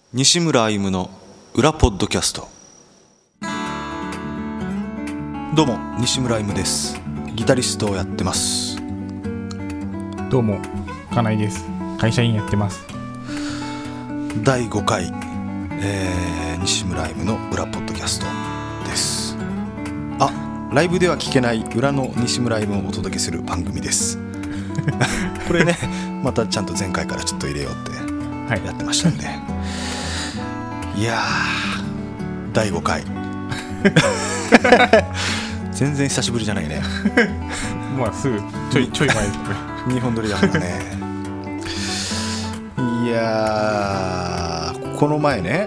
西村歩夢の裏ポッドキャスト。どうも西村歩夢です。ギタリストをやってます。 どうも金井です。会社員やってます。 第5回、西村歩夢の裏ポッドキャストです。ライブでは聞けない裏の西村歩夢をお届けする番組ですこれね、またちゃんと前回からちょっと入れようってやってましたんで、いやー第5回全然久しぶりじゃないねまあすぐちょい前です 2本撮りだからねいやーこの前ね、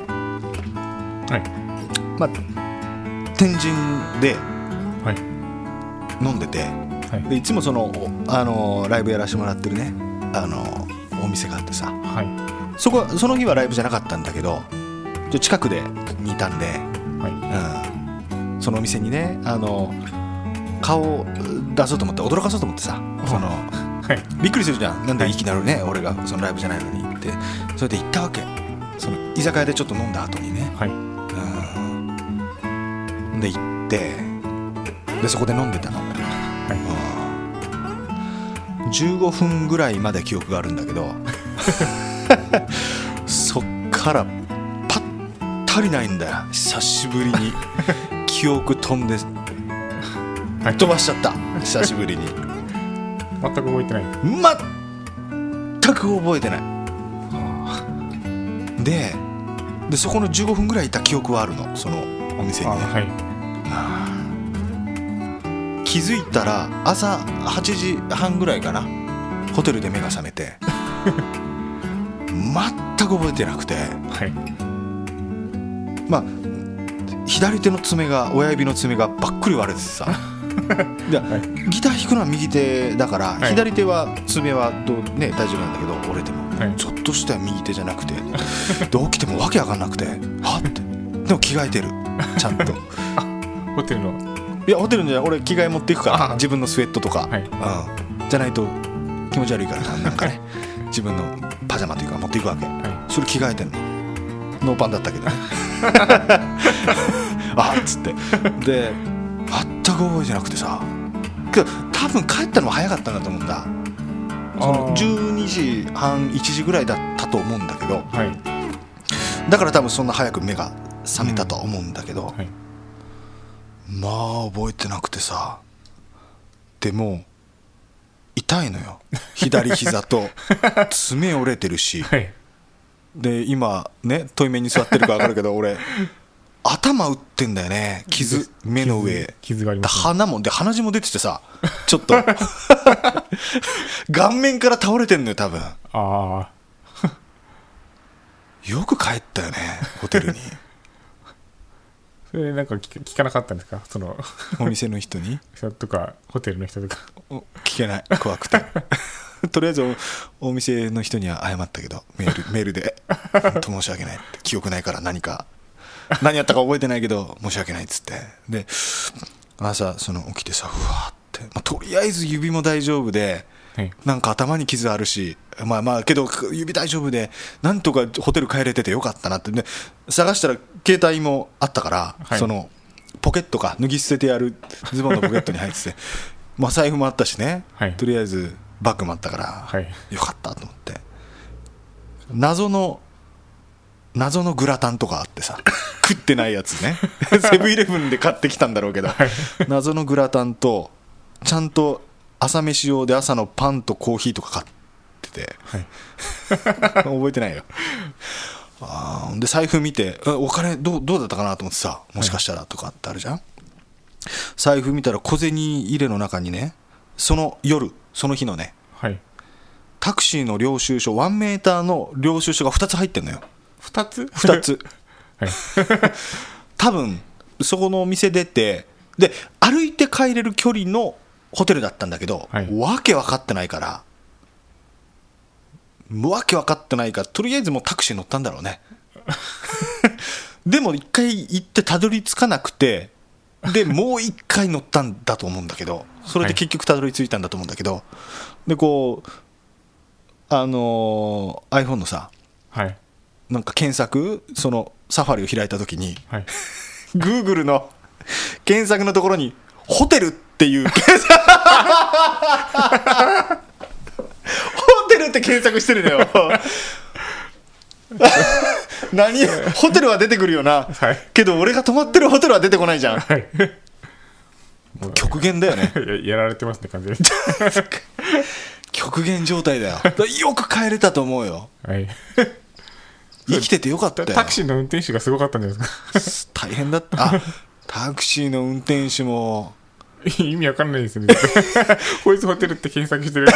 天神で飲んでて、でいつもそのライブやらせてもらってるねお店があってさ、その日はライブじゃなかったんだけど近くでにいたんで、そのお店にね顔を出そうと思って驚かそうと思ってさ、びっくりするじゃん、なんでいきなりね、俺がそのライブじゃないのにって、それで行ったわけ。その居酒屋でちょっと飲んだ後にね、で行ってでそこで飲んでたの、15分ぐらいまで記憶があるんだけどそっからパッタリないんだよ。久しぶりに記憶飛んで飛ばしちゃった。久しぶりに全く覚えてない。 全く覚えてない。でそこの15分ぐらいいた記憶はあるの、そのお店にね。気づいたら朝8時半ぐらいかな、ホテルで目が覚めて全く覚えてなくて、左手の爪が、親指の爪がばっくり割れててさギター弾くのは右手だから、左手は爪は大丈夫なんだけど折れても、ちょっとした右手じゃなくてで起きてもわけわかんなくて、はってでも着替えてるちゃんとホテルの、 いやホテルじゃない、俺着替え持っていくから自分のスウェットとか、じゃないと気持ち悪いからなんかね自分のパジャマというか持っていくわけ、それ着替えてんの、ノーパンだったけどねっつってで全く覚えてなくてさ、けど多分帰ったのは早かったんだと思うんだ。その12時半1時ぐらいだったと思うんだけど、だから多分そんな早く目が覚めたとは思うんだけど、覚えてなくてさ、でも痛いのよ、左膝と爪折れてるし、で今ね対面に座ってるから分かるけど俺頭打ってんだよね、傷、目の上傷があります、 ね、鼻血も出ててさ、ちょっと顔面から倒れてんのよ多分。よく帰ったよねホテルにそれなんか聞かなかったんですか、そのお店の人にとかホテルの人とか。 聞けない、怖くてとりあえずお店の人には謝ったけど、メールで本当申し訳ないって、記憶ないから何やったか覚えてないけど申し訳ないっつって、で朝起きてさ、うわって、とりあえず指も大丈夫で、なんか頭に傷あるし、けど指大丈夫でなんとかホテル帰れててよかったなって、ね、探したら携帯もあったから、そのポケットか脱ぎ捨ててやるズボンのポケットに入ってて財布もあったしね、とりあえずバッグもあったから、よかったと思って、謎のグラタンとかあってさ食ってないやつねセブンイレブンで買ってきたんだろうけど、謎のグラタンとちゃんと朝飯用で朝のパンとコーヒーとか買ってて、覚えてないよ。で財布見て、お金どうだったかなと思ってさ、もしかしたらとかってあるじゃん、財布見たら小銭入れの中にね、その日のね、タクシーの領収書、1メーターの領収書が2つ入ってんのよ。2つ多分そこのお店出て、で歩いて帰れる距離のホテルだったんだけど、わけ分かってないからとりあえずもうタクシー乗ったんだろうねでも一回行ってたどり着かなくて、でもう一回乗ったんだと思うんだけど、それで結局たどり着いたんだと思うんだけど、でこうiPhone のさ、 なんか検索、そのサファリを開いたときに、 はい、 Google の検索のところにホテルっていうホテルって検索してるのよ何ホテルは出てくるよな、 はい、 けど俺が泊まってるホテルは出てこないじゃん、 はい、 極限だよねやられてますね完全に極限状態だよよく帰れたと思うよ、 はい、 生きててよかったよ。 タクシーの運転手がすごかったんじゃないですか大変だった。あ、タクシーの運転手も意味わかんないですよねこいつホテルって検索してるこ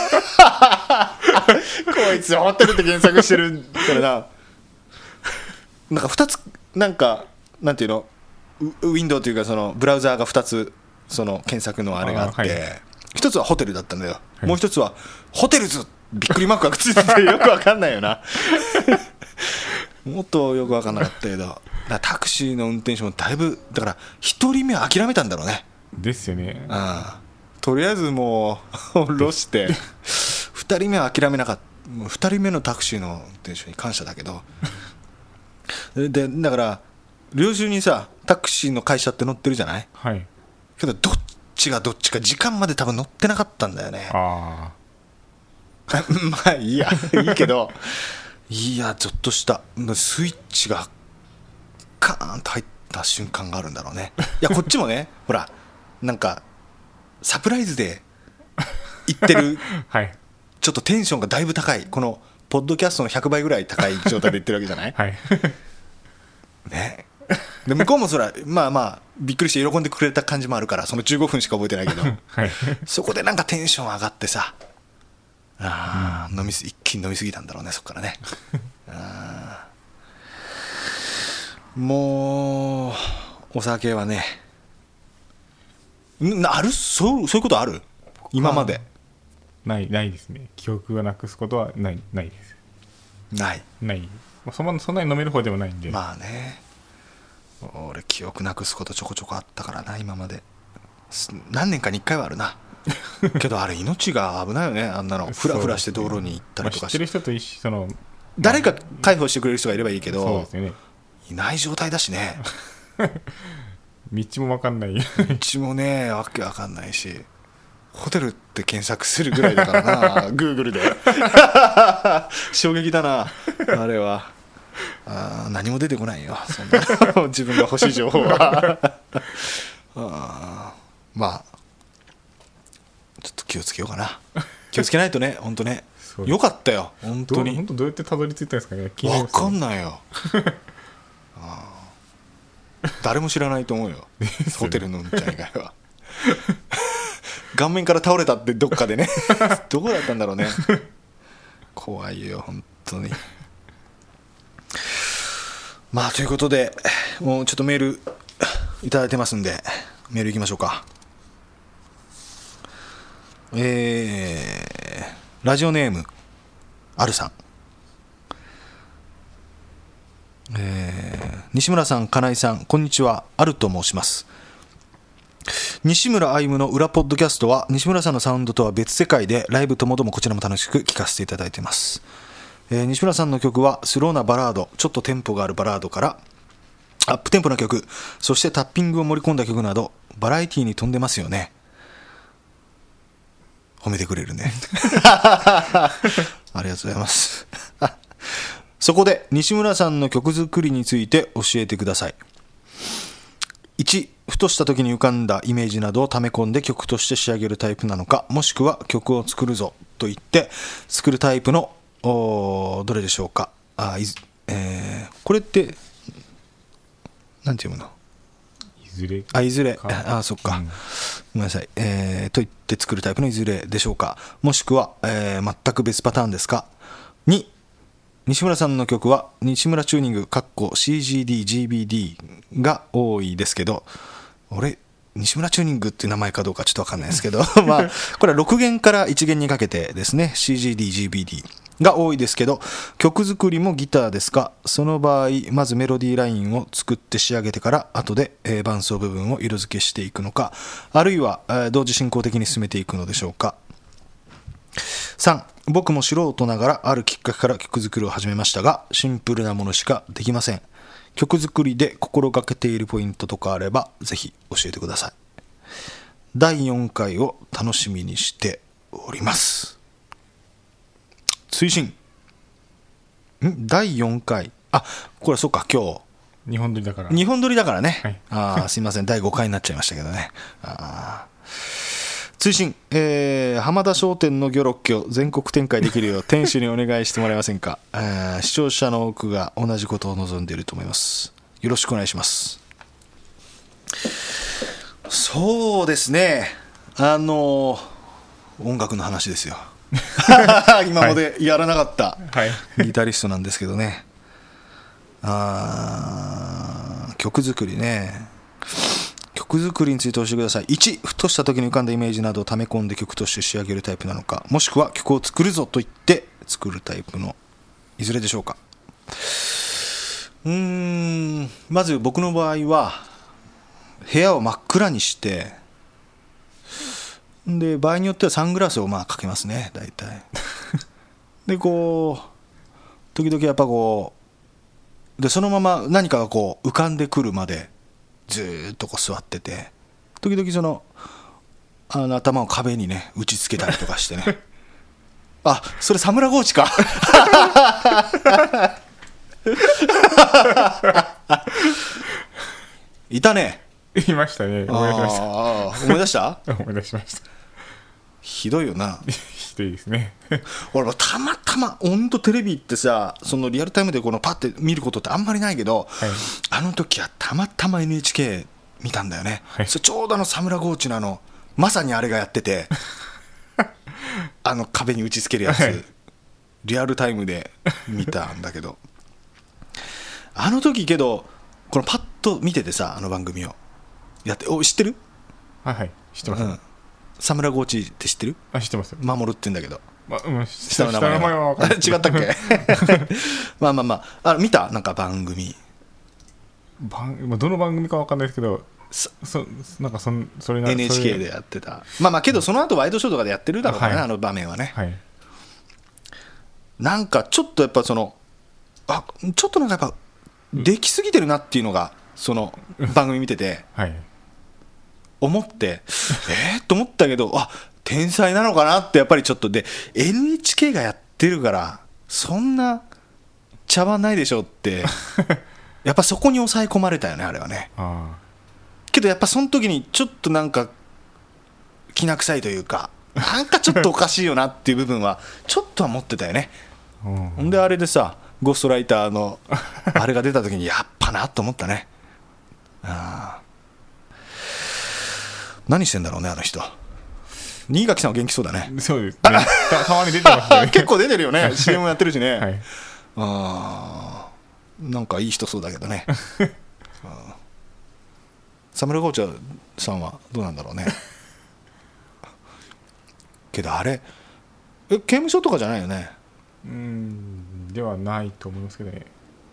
いつホテルって検索してるからな。なんか2つなんていうの、ウィンドウというかそのブラウザーが2つその検索のあれがあって、はい、1つはホテルだったんだよ、はい、もう1つはホテルズびっくりマークがついててよくわかんないよなもっとよくわかんなかったけど、タクシーの運転手もだいぶだから1人目は諦めたんだろうね。ですよね。 とりあえずもう下ろして2人目は諦めなかった。もう2人目のタクシーの運転手に感謝だけどでだから領収にさタクシーの会社って乗ってるじゃない、 はい、 けどどっちがどっちか時間まで多分乗ってなかったんだよね。 あまあいいやいいけどいやゾッとした。スイッチがカーンと入った瞬間があるんだろうね。いやこっちもねほらなんかサプライズで行ってる、はい、ちょっとテンションがだいぶ高い、このポッドキャストの100倍ぐらい高い状態で言ってるわけじゃない、 はいね、で向こうもそらまあまあびっくりして喜んでくれた感じもあるからその15分しか覚えてないけど、 はい、 そこでなんかテンション上がってさ一気に飲みすぎたんだろうねそこからねもうお酒はねそういうことある？今までないですね。記憶がなくすことはないですないそんなに飲める方でもないんで。 まあね俺記憶なくすことちょこちょこあったからな今まで何年かに1回はあるなけどあれ命が危ないよね。あんなのフラフラして道路に行ったりとかして、 知ってる人と誰か介抱してくれる人がいればいいけど、 そうですよね、 いない状態だしね道も分かんない道もねわけわかんないしホテルって検索するぐらいだからなGoogle で衝撃だなあれは。何も出てこないよそんな自分が欲しい情報はまあちょっと気をつけようかな。気をつけないとね本当ね。よかったよ本当に。 どうやってたどり着いたんですかね。 分かんないよ誰も知らないと思うよホテルのうんちゃん以外は顔面から倒れたってどっかでねどこだったんだろうね。怖いよ本当に。まあということでもうちょっとメールいただいてますんでメールいきましょうか。ラジオネームあるさん、西村さん金井さんこんにちは、あると申します。西村歩夢の裏ポッドキャストは西村さんのサウンドとは別世界でライブともどもこちらも楽しく聴かせていただいています。西村さんの曲はスローなバラード、ちょっとテンポがあるバラードからアップテンポな曲、そしてタッピングを盛り込んだ曲などバラエティに富んでますよね。褒めてくれるねありがとうございますそこで西村さんの曲作りについて教えてください。1、ふとした時に浮かんだイメージなどを溜め込んで曲として仕上げるタイプなのか、もしくは曲を作るぞと言って作るタイプのどれでしょうか。これってなんていうの、いずれそっか、ごめんなさい、と言って作るタイプのいずれでしょうか、もしくは、全く別パターンですか。2、西村さんの曲は西村チューニングCGD、GBD が多いですけど、俺西村チューニングっていう名前かどうかちょっと分かんないですけどまあこれは6弦から1弦にかけてですね、 CGD、GBD が多いですけど、曲作りもギターですか。その場合まずメロディーラインを作って仕上げてから後で伴奏部分を色付けしていくのか、あるいは同時進行的に進めていくのでしょうか。3、 僕も素人ながらあるきっかけから曲作りを始めましたが、シンプルなものしかできません。曲作りで心がけているポイントとかあればぜひ教えてください。第4回を楽しみにしております。追伸第4回、あ、これそうか、今日 2本撮りだからね、はい、すいません、第5回になっちゃいましたけどね。追伸、浜田商店の魚六魚全国展開できるよう店主にお願いしてもらえませんか。視聴者の多くが同じことを望んでいると思います。よろしくお願いします。そうですね、音楽の話ですよ。今までやらなかったギタリストなんですけどね、曲作りね。曲作りについて教えてください。1、ふとした時に浮かんだイメージなどを溜め込んで曲として仕上げるタイプなのか、もしくは曲を作るぞと言って作るタイプのいずれでしょうか。まず僕の場合は部屋を真っ暗にして、で場合によってはサングラスをかけますね、大体。でこう時々やっぱこうでそのまま何かがこう浮かんでくるまでずっとこう座ってて、時々その頭を壁にね打ちつけたりとかしてね。あ、それサムラゴーチか。いたね。 いましたね。思い出しました。 思い出した？ 思い出しました。 ひどいよな。 ひどいですね。 俺もたまたま本当テレビってさ、そのリアルタイムでこのパッて見ることってあんまりないけど、はい、あの時はたまたま NHK 見たんだよね、はい、それちょうどサムラゴーチのまさにあれがやってて壁に打ちつけるやつ、はい、リアルタイムで見たんだけどあの時けどこのパッと見ててさ、あの番組をやって、知ってる？ はいはい、知ってます、 サムラゴーチって知ってる？ あ、知ってます。 守るって言うんだけど、 下の名前は分かんない。 違ったっけ？見た？なんか番組どの番組か分かんないですけど、なんかそれな NHK でやってた。けどその後ワイドショーとかでやってるだろうね、はい、あの場面はね、はい、なんかちょっとやっぱちょっとなんかやっぱできすぎてるなっていうのがその番組見てて、はい、思ってと思ったけど、天才なのかなってやっぱりちょっとで NHK がやってるからそんな茶番ないでしょってやっぱそこに抑え込まれたよね、あれはね。けどやっぱその時にちょっとなんかきな臭いというか、なんかちょっとおかしいよなっていう部分はちょっとは持ってたよね。ほんであれでさ、ゴーストライターのあれが出た時にやっぱなと思ったね。何してんだろうね、あの人。新垣さんは元気そうだね。 そうですね。たまに出てますね。 結構出てるよね。CM やってるしね。 はい、 なんかいい人そうだけどね。サムラゴーチャさんはどうなんだろうね。けどあれ刑務所とかじゃないよね。 ではないと思いますけどね。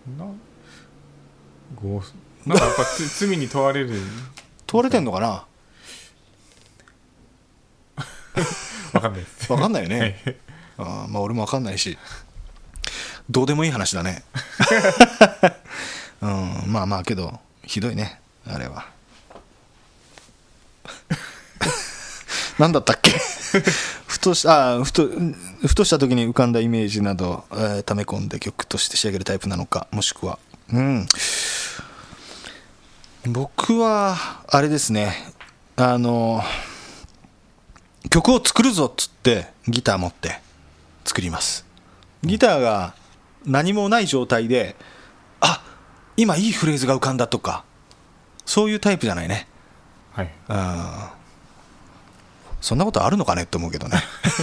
なんかやっぱ罪に問われる。 問われてんのかな。 分かんないです。 分かんないよね。俺も分かんないし、どうでもいい話だね。けどひどいね、あれは。何だったっけ。ふとした時に浮かんだイメージなどを溜め込んで曲として仕上げるタイプなのか、もしくは僕はあれですね、曲を作るぞっつってギター持って作ります。ギターが何もない状態で、今いいフレーズが浮かんだとか、そういうタイプじゃないね。 はい。 そんなことあるのかねって思うけどね。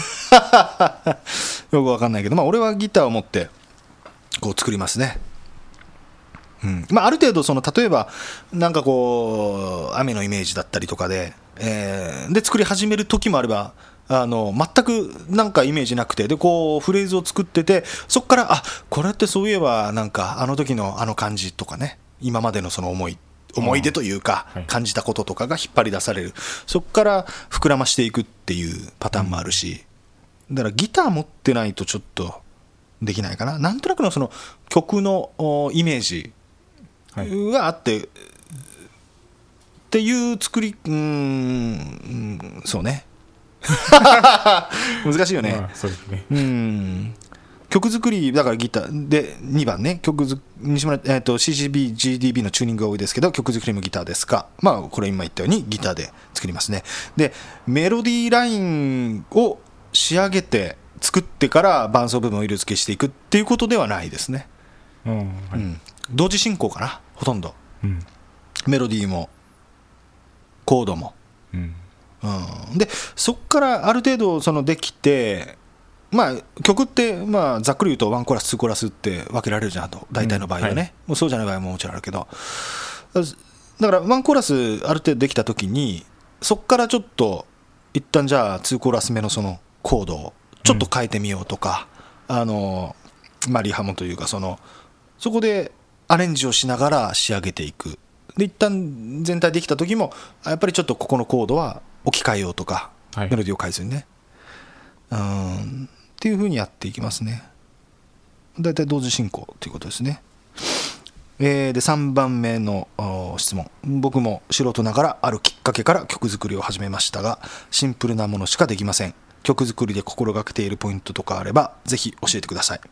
よくわかんないけど、俺はギターを持ってこう作りますね。ある程度例えばなんかこう雨のイメージだったりとかで、作り始める時もあれば、全くなんかイメージなくて、でこうフレーズを作ってて、そこからこれってそういえばなんかあの時のあの感じとかね、今までのその思い出というか、感じたこととかが引っ張り出される。そこから膨らましていくっていうパターンもあるし、 だからギター持ってないとちょっとできないかな。なんとなくのその曲のイメージがあって、っていう作り、そうね難しいよね、 まあ、そうですね。 曲作りだからギターで2番ね、西村、CCB、GDB のチューニングが多いですけど、曲作りもギターですか。まあこれ今言ったようにギターで作りますね。でメロディーラインを仕上げて作ってから伴奏部分を色付けしていくっていうことではないですね。同時進行かな、ほとんど。メロディーもコードも、でそこからある程度そのできて、まあ、曲って、まあ、ざっくり言うと1コーラス2コーラスって分けられるじゃんと、大体の場合はね、もうそうじゃない場合ももちろんあるけど、だから1コーラスある程度できた時に、そこからちょっと一旦じゃあ2コーラス目のそのコードをちょっと変えてみようとか、まあ、リハモというかそこでアレンジをしながら仕上げていく。で一旦全体できた時もやっぱりちょっとここのコードは置き換えようとか、メロディーを変えずにね、っていう風にやっていきますね。だいたい同時進行ということですね。で3番目の質問。僕も素人ながらあるきっかけから曲作りを始めましたが、シンプルなものしかできません。曲作りで心がけているポイントとかあればぜひ教えてください。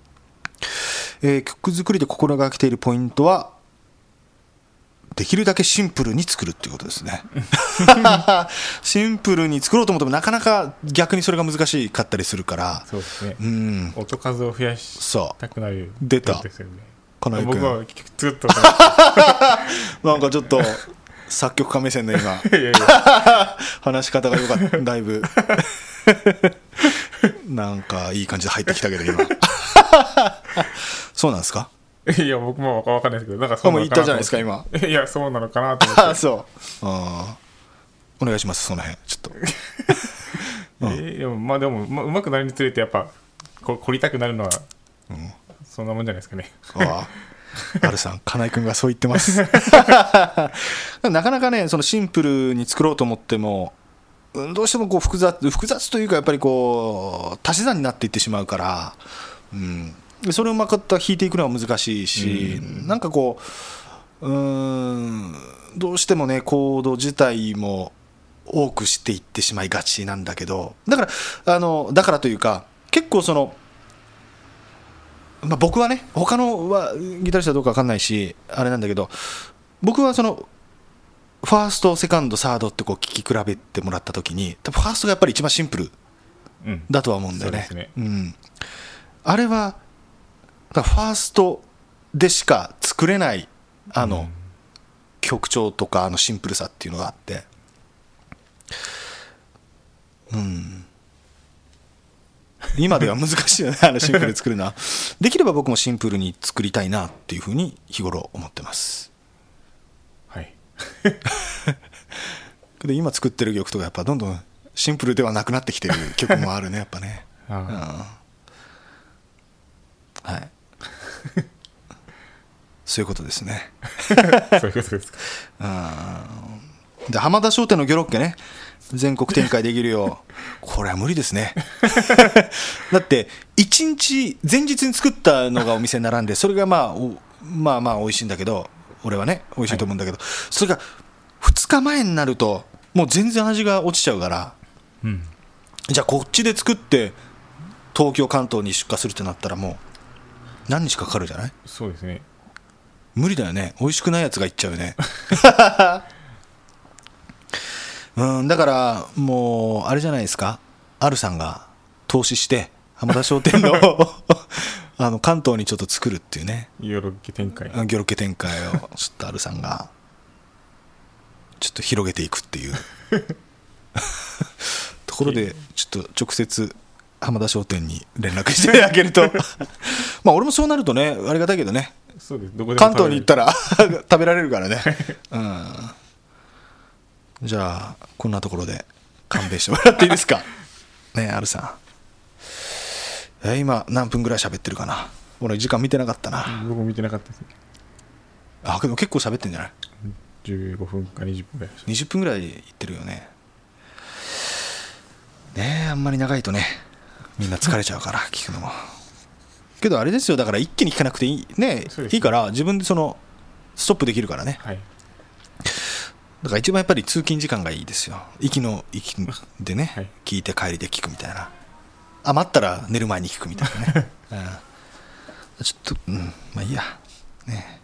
曲作りで心がけているポイントは、できるだけシンプルに作るっていうことですねシンプルに作ろうと思ってもなかなか逆にそれが難しかったりするから。 そうですね、音数を増やしたくなる、 出た金井君、 僕はずっとなんかちょっと作曲家目線の今話し方が良かった、だいぶなんかいい感じで入ってきたけど今そうなんですか。 いや僕も分かんないですけど、なんかそうなのかなと思って。もう言ったじゃないですか今。いやそうなのかなと思ってそうお願いします、その辺ちょっとでも上手くなるにつれてやっぱ凝りたくなるのは、そんなもんじゃないですかね。 あるさん、金井君がそう言ってますなかなかね、そのシンプルに作ろうと思ってもどうしてもこう複雑というか、やっぱりこう足し算になっていってしまうから、それをうまく弾いていくのは難しいし、なんかこうどうしてもねコード自体も多くしていってしまいがちなんだけど、だからというか結構その、僕はね、他のはギタリストはどうか分かんないしあれなんだけど、僕はそのファーストセカンドサードってこう聴き比べてもらった時に、多分ファーストがやっぱり一番シンプルだとは思うんだよね。あれはファーストでしか作れない曲調とかシンプルさっていうのがあって、今では難しいよねシンプルで作るのは。できれば僕もシンプルに作りたいなっていうふうに日頃思ってます。 はいで今作ってる曲とかやっぱどんどんシンプルではなくなってきてる曲もあるねやっぱねはいそういうことですねそういうことですか。 で浜田商店のギョロッケね、全国展開できるようこれは無理ですねだって1日前日に作ったのがお店に並んで、それがまあ美味しいんだけど、俺はね美味しいと思うんだけど、それが2日前になるともう全然味が落ちちゃうから、じゃあこっちで作って東京関東に出荷するってなったらもう何日かかるじゃない。 そうですね、 無理だよね、美味しくないやつがいっちゃうよねだからもうあれじゃないですか、あるさんが投資して浜田商店の関東にちょっと作るっていうね、 ギョロッケ展開をちょっとあるさんがちょっと広げていくっていうところで、ちょっと直接浜田商店に連絡してあげるとまあ俺もそうなるとねありがたいけどね、 そうです、どこでも関東に行ったら食べられるからねじゃあこんなところで勘弁してもらっていいですかねえ、あるさん、今何分ぐらい喋ってるかな。俺時間見てなかったな。 僕も見てなかったですね。 でも結構喋ってんじゃない。 15分か20分ぐらい 20分ぐらいいってるよね。ねえ、あんまり長いとねみんな疲れちゃうから聞くのも。けどあれですよ、だから一気に聞かなくていいね、いいから自分でそのストップできるからね、 はい、 だから一番やっぱり通勤時間がいいですよ。息でね、はい、聞いて帰りで聞くみたいな、余ったら寝る前に聞くみたいなね、ちょっと、まあいいやね。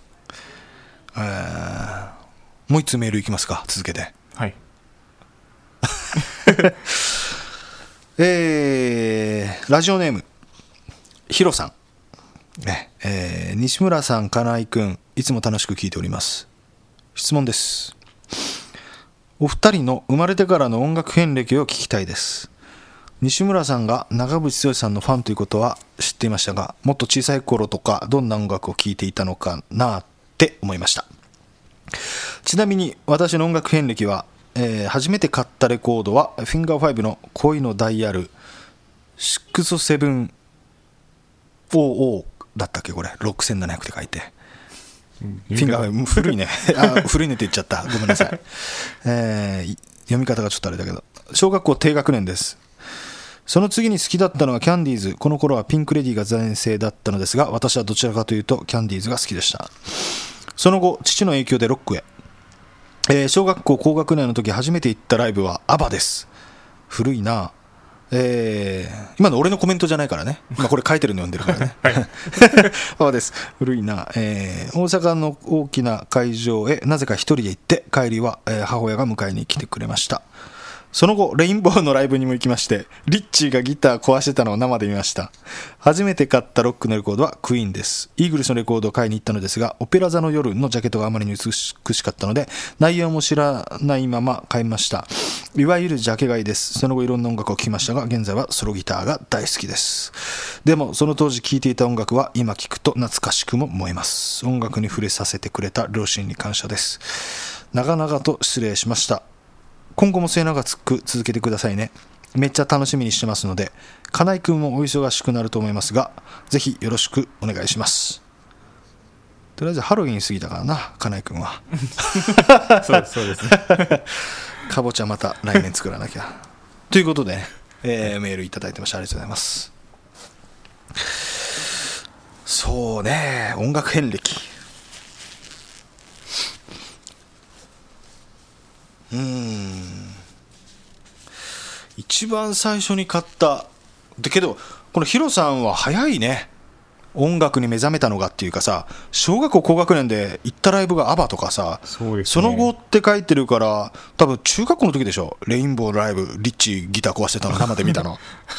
もう一つメールいきますか、続けて。 はい。 ラジオネームヒロさん、ね、西村さん、金井くん、いつも楽しく聞いております。質問です。お二人の生まれてからの音楽遍歴を聞きたいです。西村さんが長渕剛さんのファンということは知っていましたが、もっと小さい頃とかどんな音楽を聴いていたのかなって思いました。ちなみに私の音楽遍歴は、初めて買ったレコードはフィンガー5の恋のダイヤル6700だったっけ、これ6700って書いて、フィンガー古いね古いねって言っちゃった、ごめんなさい、読み方がちょっとあれだけど、小学校低学年です。その次に好きだったのはキャンディーズ。この頃はピンクレディーが全盛だったのですが、私はどちらかというとキャンディーズが好きでした。その後父の影響でロックへ、小学校高学年の時初めて行ったライブはアバです。古いな。今の俺のコメントじゃないからね、今これ書いてるの読んでるからね、はい、アバです。古いな。大阪の大きな会場へなぜか一人で行って、帰りは、母親が迎えに来てくれました。その後レインボーのライブにも行きまして、リッチーがギター壊してたのを生で見ました。初めて買ったロックのレコードはクイーンです。イーグルスのレコードを買いに行ったのですが、オペラ座の夜のジャケットがあまりに美しかったので内容も知らないまま買いました。いわゆるジャケ買いです。その後いろんな音楽を聴きましたが、現在はソロギターが大好きです。でもその当時聴いていた音楽は今聴くと懐かしくも思えます。音楽に触れさせてくれた両親に感謝です。長々と失礼しました。今後も末永く続けてくださいね。めっちゃ楽しみにしてますので、金井くんもお忙しくなると思いますが、ぜひよろしくお願いします。とりあえずハロウィン過ぎたからな、金井くんはそうですねかぼちゃまた来年作らなきゃということで、ね、メールいただいてました。ありがとうございます。そうね、音楽遍歴、一番最初に買っただけど、このヒロさんは早いね、音楽に目覚めたのがっていうかさ、小学校高学年で行ったライブがアバとかさ、 そうですね、 その後って書いてるから、多分中学校の時でしょ。レインボーライブ、リッチーギター壊してたの生で見たの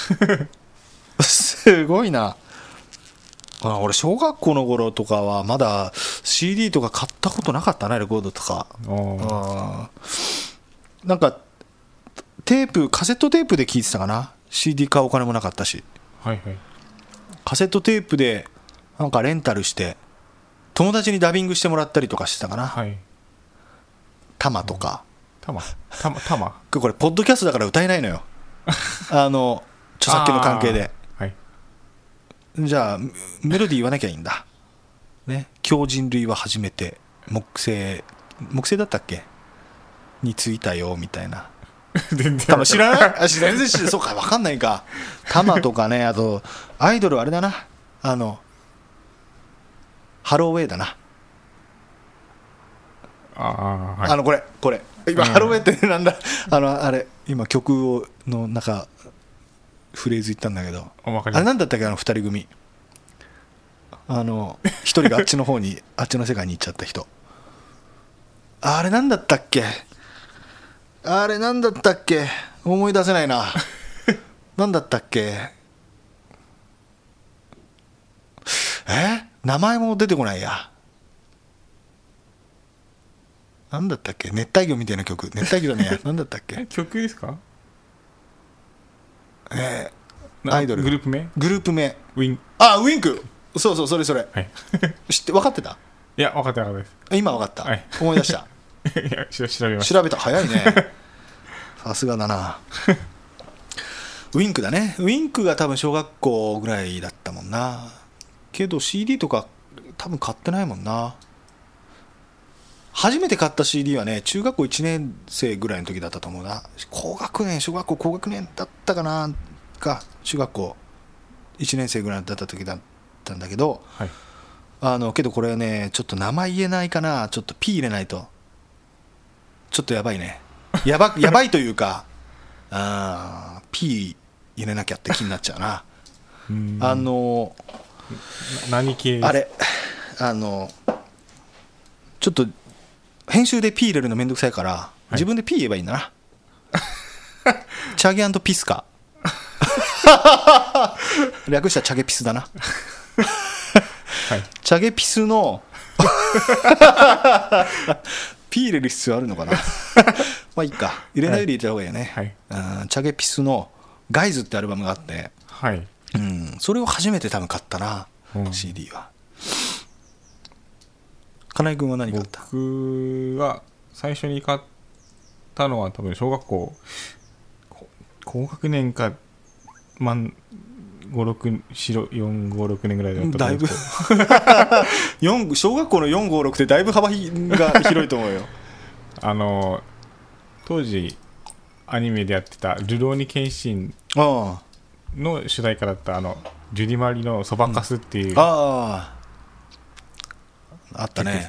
すごいな。俺小学校の頃とかはまだ CD とか買ったことなかったな、レコードとか。なんかテープ、カセットテープで聴いてたかな。 CD 買うお金もなかったし、 はいはい、 カセットテープでなんかレンタルして友達にダビングしてもらったりとかしてたかな、 はい、 タマとか、 タマこれポッドキャストだから歌えないのよ著作権の関係で、 はい、 じゃあメロディー言わなきゃいいんだね。強人類は初めて木星だったっけに着いたよみたいな全然多分知らない。全然知らない。そうか、分かんないか。タマとかね、あとアイドルあれだな、ハローウェイだな。 はい、 これ今、ハローウェイってなんだ、あれ今曲の中フレーズ言ったんだけど、あれなんだったっけ、2人組、1人があっちの方にあっちの世界に行っちゃった人、あれなんだったっけ、思い出せないななんだったっけ、名前も出てこないや。なんだったっけ、熱帯魚みたいな曲、熱帯魚だねなんだったっけ曲ですか。 アイドルグループ名ウィンク、そうそれ、はい、知って分かってた。 いや分かってなかったです。 今分かった、はい、思い出したいや調べました。 調べた、早いねさすがだなウィンクだね。ウィンクが多分小学校ぐらいだったもんな。けど CD とか多分買ってないもんな。初めて買った CD はね、中学校1年生ぐらいの時だったと思うな。小学校高学年だったかな、 か中学校1年生ぐらいだった時だったんだけど、 はい、 けどこれねちょっと名前言えないかな、ちょっと P 入れないとちょっとやばいね、やばいというかP 入れなきゃって気になっちゃうな。 何系あれちょっと編集で P 入れるのめんどくさいから、はい、自分で P 言えばいいんだなチャゲ&ピスか略したらチャゲピスだな、はい、チャゲピスのP 入れる必要あるのかなまあいいか、入れないより入れた方がいいよね、はい、チャゲピスのガイズってアルバムがあって、 はい、 それを初めて多分買ったな、CD は。金井君は何買った？ 僕は最初に買ったのは多分小学校高学年か4、5、6年ぐらいだったと思うんですけどだいぶ小学校の4、5、6ってだいぶ幅が広いと思うよ当時アニメでやってたルローニケンシンの主題歌だったジュディマリのそばかすっていう、 あったね。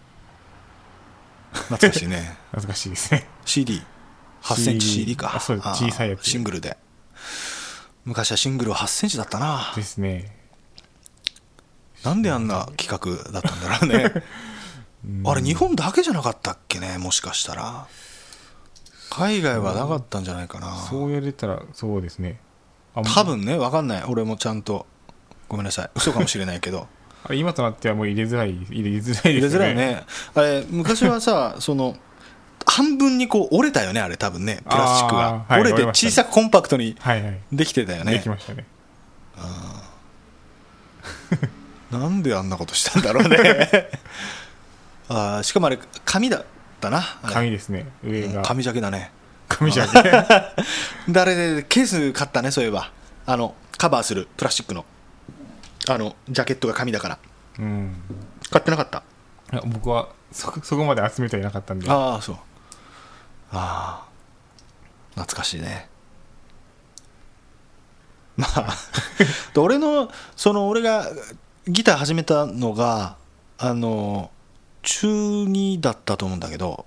懐かしいね。 懐かしいですね。 CD、8センチ CD か。 そう小さいやつ。 シングルで。昔はシングルは8センチだったな。 ですね。 なんであんな企画だったんだろうね。あれ日本だけじゃなかったっけね、もしかしたら。海外はなかったんじゃないかな。 そう言われたらそうですね。 多分ね、分かんない。俺もちゃんとごめんなさい。嘘かもしれないけど。 今となってはもう入れづらいですね。 入れづらいね。あれ昔はさ半分にこう折れたよね、あれ多分ね、プラスチックが、折れて小さくコンパクトにできてたよね。 できましたね。 なんであんなことしたんだろうねしかもあれ紙だったな。 紙ですね、上が紙ジャケだね。 紙ジャケ誰でケース買ったね、そういえばカバーするプラスチックのジャケットが紙だから、買ってなかった？ いや僕はそこまで集めてはいなかったんで。 そう懐かしいね。まあ俺がギター始めたのが中2だったと思うんだけど、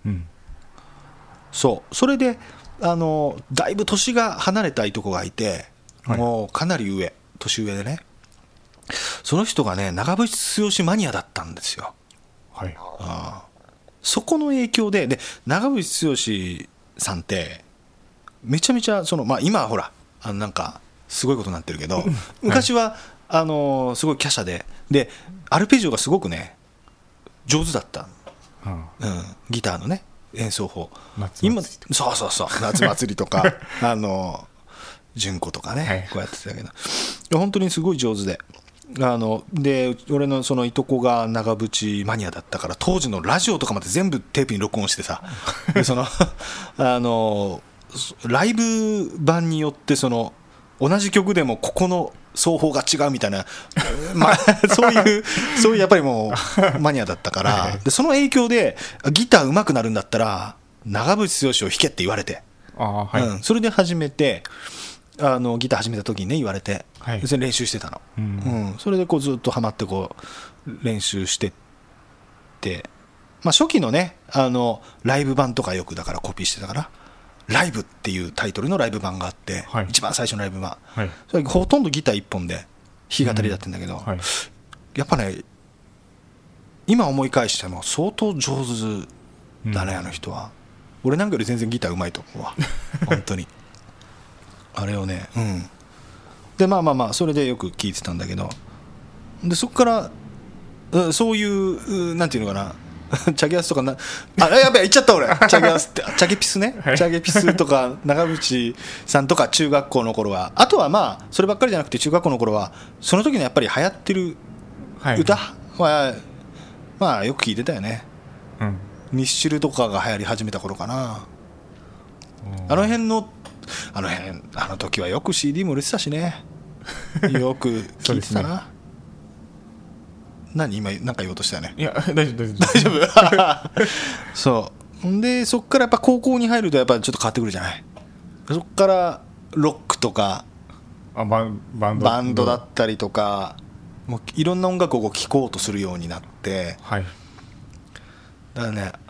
それでだいぶ年が離れたいとこがいて、もうかなり年上でね、その人がね長渕剛マニアだったんですよ。そこの影響で長渕剛さんってめちゃめちゃ今はほらなんかすごいことになってるけど昔はすごい華奢でアルペジオがすごくね上手だった、ギターのね演奏法。今そう夏祭りとか純子とかね、こうやってたけど本当にすごい上手で。で俺のそのいとこが長渕マニアだったから、当時のラジオとかまで全部テープに録音してさでライブ版によって同じ曲でもここの奏法が違うみたいなそういうやっぱりもうマニアだったからでその影響でギター上手くなるんだったら長渕剛を弾けって言われて、それで始めてギター始めた時にね言われて、練習してたの、それでこうずっとハマってこう練習してって、初期のねライブ版とかよくだからコピーしてたから、ライブっていうタイトルのライブ版があって、一番最初のライブ版、それほとんどギター1本で弾き語りだったんだけど、やっぱね今思い返しても相当上手だね、あの人は。俺なんかより全然ギター上手いと思うわ本当にあれをね、でそれでよく聴いてたんだけど、でそこからそういうなんていうのかなチャゲアスとかやべえ言っちゃった俺チャゲアスってチャゲピスね、チャゲピスとか長渕さんとか中学校の頃は、あとはそればっかりじゃなくて中学校の頃はその時のやっぱり流行ってる歌はよく聴いてたよね、ミスチルとかが流行り始めた頃かな。あの時はよく CD も売れてたしねよく聴いてたな何今何か言おうとしたよね。 いや大丈夫そうでそっからやっぱ高校に入るとやっぱちょっと変わってくるじゃない。そっからロッククとかバンドだったりとか、もういろんな音楽をこう聴こうとするようになって、 はい、 だからね、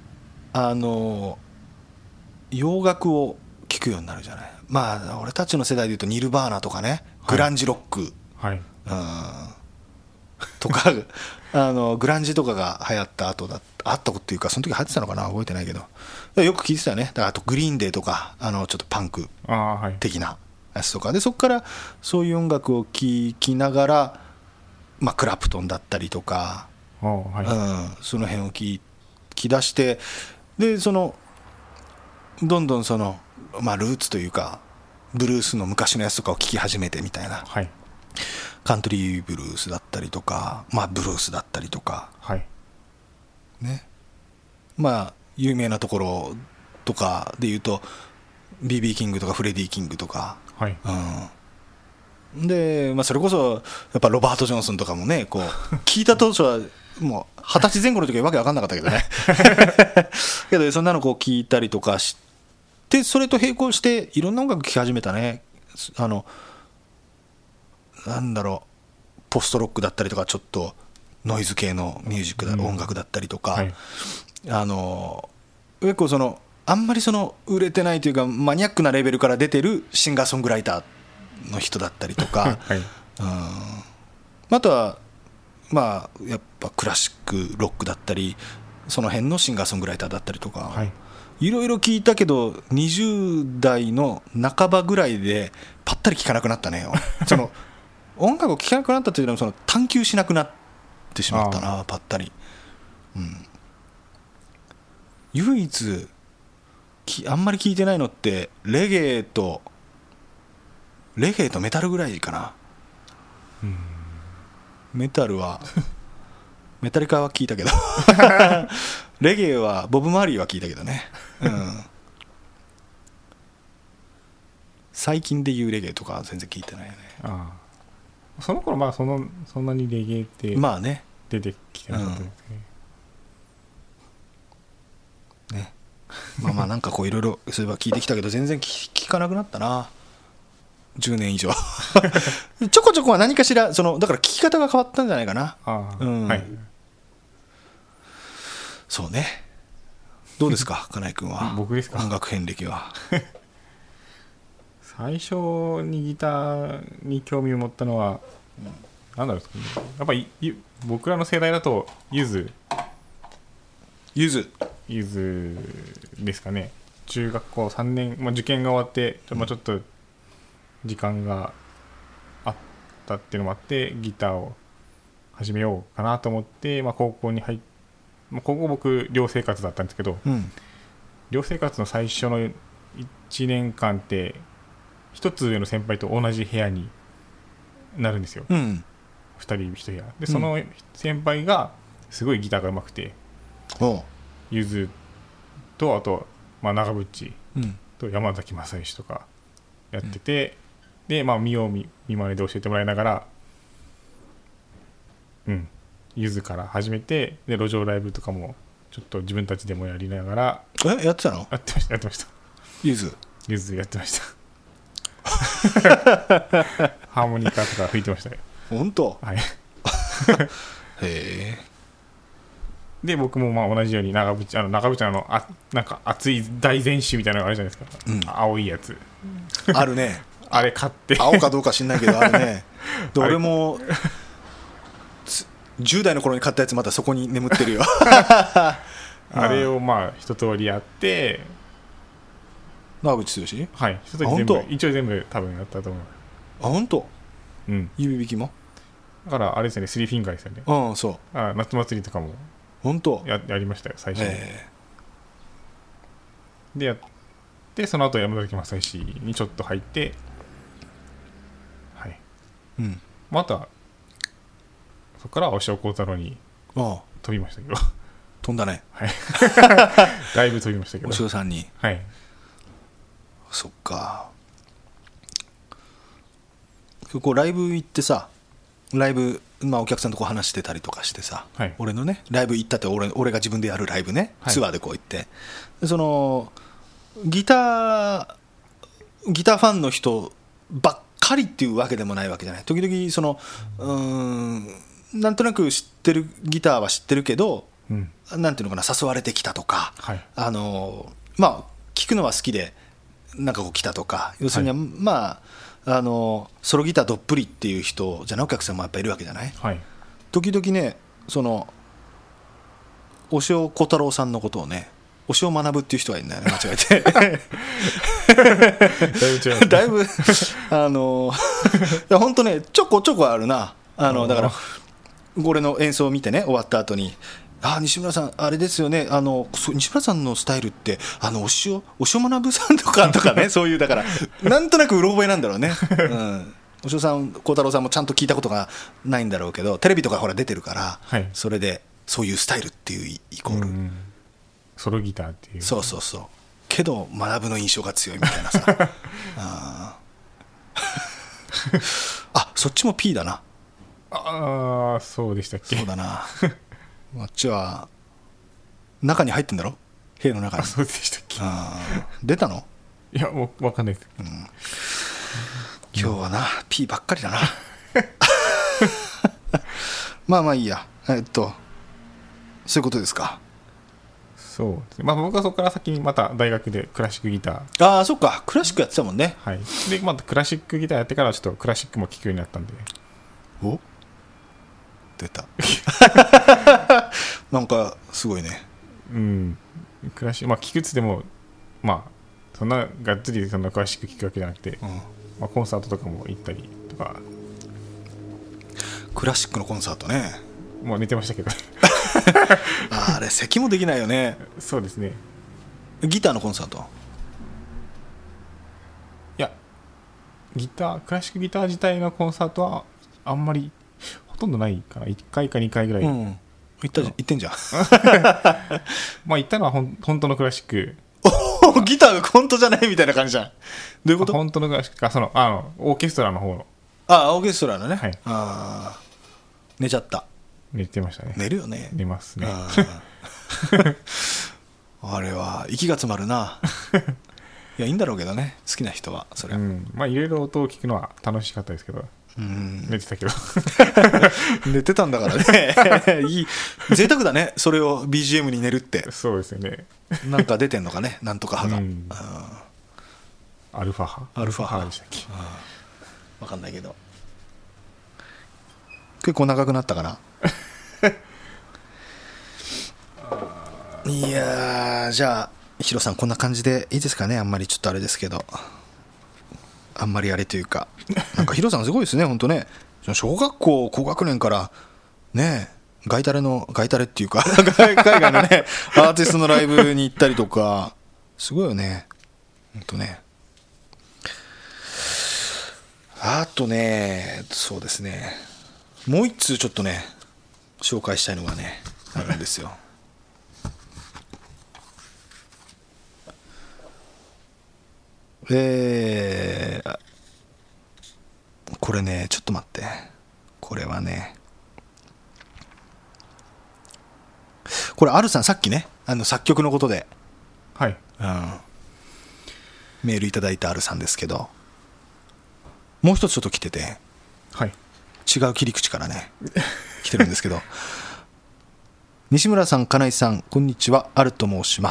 洋楽を聴くようになるじゃない。まあ俺たちの世代でいうとニルバーナとかね、グランジロック、 はい、 とかグランジとかが流行った後っていうか、その時流行ってたのかな、覚えてないけど、よく聴いてたよね。だからあとグリーンデーとかちょっとパンク的なやつとかで、そこからそういう音楽を聴きながら、まあ、クラプトンだったりとか、はい、その辺を聴き出して、でどんどんまあ、ルーツというかブルースの昔のやつとかを聴き始めてみたいな、 はい、 カントリーブルースだったりとか、まあ、ブルースだったりとか、 はいね、まあ有名なところとかでいうと BB キングとかフレディ・キングとか、 はい、 で、まあ、それこそやっぱロバート・ジョンソンとかもね、こう聞いた当初はもう20歳前後の時はわけわかんなかったけどねけどそんなのこう聞いたりとかして、それと並行していろんな音楽聴き始めたね。なんだろう、ポストロックだったりとか、ちょっとノイズ系のミュージック音楽だったりとか、はい、結構あんまり売れてないというかマニアックなレベルから出てるシンガーソングライターの人だったりとか、はい、あとはまあやっぱクラシックロックだったり、その辺のシンガーソングライターだったりとか、はい、いろいろ聞いたけど20代の半ばぐらいでパッタリ聞かなくなったね音楽を聴かなくなったというのは探求しなくなってしまったな、パッタリ、唯一あんまり聴いてないのってレゲエとメタルぐらいかな。メタルはメタリカは聞いたけどレゲエはボブ・マーリーは聞いたけどね、最近で言うレゲエとかは全然聞いてないよね。 その頃まあそんなにレゲエってまあね出てきてなかったですね。まあなんかこういろいろそういえば聞いてきたけど全然聞かなくなったな、10年以上ちょこちょこは何かしらだから聞き方が変わったんじゃないかな。はい、そうね。どうですか金井君は。 僕ですか。 音楽遍歴は最初にギターに興味を持ったのは、なんだろう、やっぱり僕らの世代だとゆずですかね。中学校3年、受験が終わって、ちょっと時間があったっていうのもあってギターを始めようかなと思って、高校に入って、高校僕寮生活だったんですけど、寮生活の最初の1年間って一つ上の先輩と同じ部屋になるんですよ、2人1部屋で、その先輩がすごいギターが上手くて、ゆずとあと、長渕と山崎正義とかやってて、で見よう見まねで教えてもらいながら、ゆずから始めて、で路上ライブとかもちょっと自分たちでもやりながら。 やってたの？ やってました。 ゆずやってましたハーモニカとか吹いてましたよ。 本当？ はいへえ。 で僕も同じように長渕のなんか熱い大全集みたいなのがあるじゃないですか、青いやつあるねあれ買って、 青かどうか知んないけどあるねで俺も10代の頃に買ったやつまだそこに眠ってるよあれを一通りやって、 長渕剛？ はい、一通り全部一応全部多分やったと思う。 本当？指弾きもだからあれですよね、スリーフィンガーですよね。 そう。 夏祭りとかも本当やりましたよ最初に、でやってその後山崎正義にちょっと入って、はい、またそこから押尾幸太郎に飛びましたけど。 飛んだね。 はいだいぶ飛びましたけど、 押尾さんに。 はい。 そっか。こうライブ行ってさ、ライブ、お客さんとこう話してたりとかしてさ、 はい、 俺のねライブ行ったって、俺が自分でやるライブね、ツアーでこう行って、でギターファンの人ばっかりっていうわけでもないわけじゃない。時々そのなんとなく知ってるギターは知ってるけど、なんていうのかな、誘われてきたとか、 はい、 まあ聞くのは好きでなんかこう来たとか、要するには、はい、まあソロギターどっぷりっていう人じゃないお客さんもやっぱいるわけじゃない、はい、時々ね、その押尾小太郎さんのことをね、押尾学っていう人がいるんだよね、間違えてだいぶいや本当ね、ちょこちょこあるな。だから俺の演奏を見てね、終わった後に、西村さんあれですよね、西村さんのスタイルって押尾学さんとかねそういう、だからなんとなくうろ覚えなんだろうね、押尾さん、幸太郎さんもちゃんと聞いたことがないんだろうけど、テレビとかほら出てるから、はい、それでそういうスタイルっていうイコール、 ソロギターっていう、 そうそうそう、けど学の印象が強いみたいなさそっちも P だな。 そうでしたっけ。 そうだなあっちは中に入ってんだろ、兵の中に。 そうでしたっけ。 出たの？ いや、もう分かんないです、 今日はな P ばっかりだなまあいいや、そういうことですか。 そうですね、僕はそこから先にまた大学でクラシックギター、 そっか、クラシックやってたもんね。 はい、でまたクラシックギターやってからちょっとクラシックも聴くようになったんで。 お出たなんかすごいね。 クラシック、聴くつでもそんながっつりそんなクラシック聴くわけじゃなくて、コンサートとかも行ったりとか。 クラシックのコンサートね、 もう寝てましたけどあれ咳もできないよね。 そうですね。 ギターのコンサート、 いやクラシックギター自体のコンサートはあんまりほとんどないかな。1回か2回ぐらい、行ってんじゃん行ったのは本当のクラシックギターが本当じゃないみたいな感じじゃん。どういうこと？ 本当のクラシックか、オーケストラの方の。 オーケストラのね、 はい、 寝ちゃった。 寝てましたね。 寝るよね。 寝ますねあれは息が詰まるないや、いいんだろうけどね、好きな人はそれは。 いろいろ音を聞くのは楽しかったですけど、寝てたけど寝てたんだからねいい贅沢だね、それを BGM に寝るって。 そうですよね。 なんか出てんのかね、なんとか派が、 アルファ派でしたっけ。 分かんないけど、結構長くなったかな。いやー、じゃあヒロさんこんな感じでいいですかね。あんまりちょっとあれですけど、あんまりあれというか、なんかヒロさんすごいですね本当ね。小学校高学年からね、ガイタレっていうか海外のねアーティストのライブに行ったりとか、すごいよね本当ね。あとね、そうですね、もう一通ちょっとね紹介したいのがねあるんですよこれね、ちょっと待って、これはね、これアルさんさっきね、作曲のことで、 はい、 メールいただいたアルさんですけど、もう一つちょっと来てて、 はい、 違う切り口からね来てるんですけど西村さん、金井さん、こんにちは、アルと申します。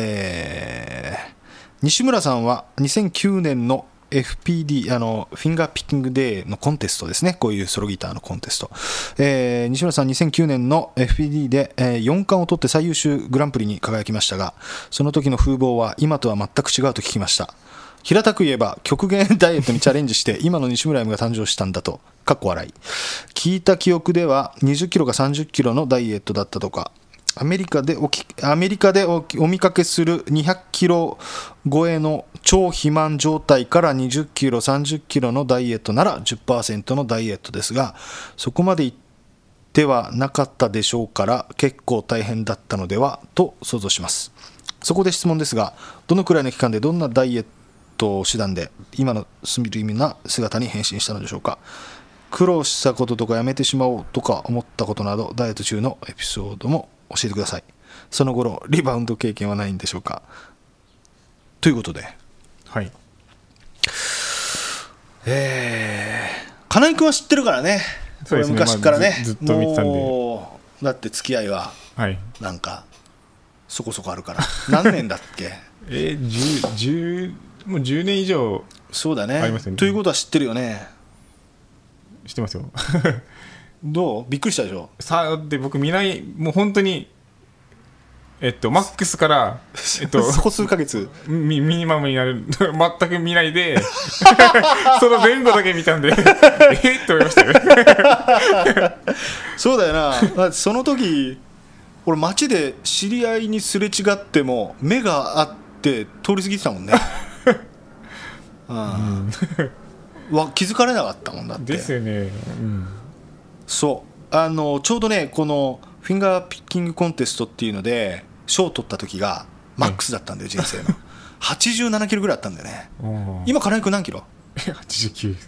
西村さんは2009年の FPD フィンガーピッキングデーのコンテストですね、こういうソロギターのコンテスト、西村さん2009年の FPD で、4冠を取って最優秀グランプリに輝きましたが、その時の風貌は今とは全く違うと聞きました。平たく言えば極限ダイエットにチャレンジして今の西村 M が誕生したんだと、かっこ笑い。聞いた記憶では20キロか30キロのダイエットだったとか。アメリカでお見かけする200キロ超えの超肥満状態から20キロ30キロのダイエットなら 10% のダイエットですが、そこまでいってはなかったでしょうから結構大変だったのではと想像します。そこで質問ですが、どのくらいの期間でどんなダイエット手段で今のスリムな姿に変身したのでしょうか。苦労したこととかやめてしまおうとか思ったことなど、ダイエット中のエピソードも教えてください。その頃リバウンド経験はないんでしょうか、ということで、 はい、 金井君は知ってるからね。 そうですね、 昔からね、 まあ、ずっと見てたんで。 もうだって付き合いははい。 なんかそこそこあるから何年だっけもう10年以上そうだね。 ありますよねということは知ってるよね。 知ってますよ。 どうびっくりしたでしょ。 さあで僕見ない、もう本当にマックスからそこ数ヶ月ミニマムになる全く見ないでその前後だけ見たんでって思いましたよ。 そうだよな。だってその時俺街で知り合いにすれ違っても目があって通り過ぎてたもんね。気づかれなかったもんだって。 ですよね、 そうちょうどねこのフィンガーピッキングコンテストっていうので賞を取った時がマックスだったんだよ、人生の87キロぐらいあったんだよね。今金井君何キロ 89。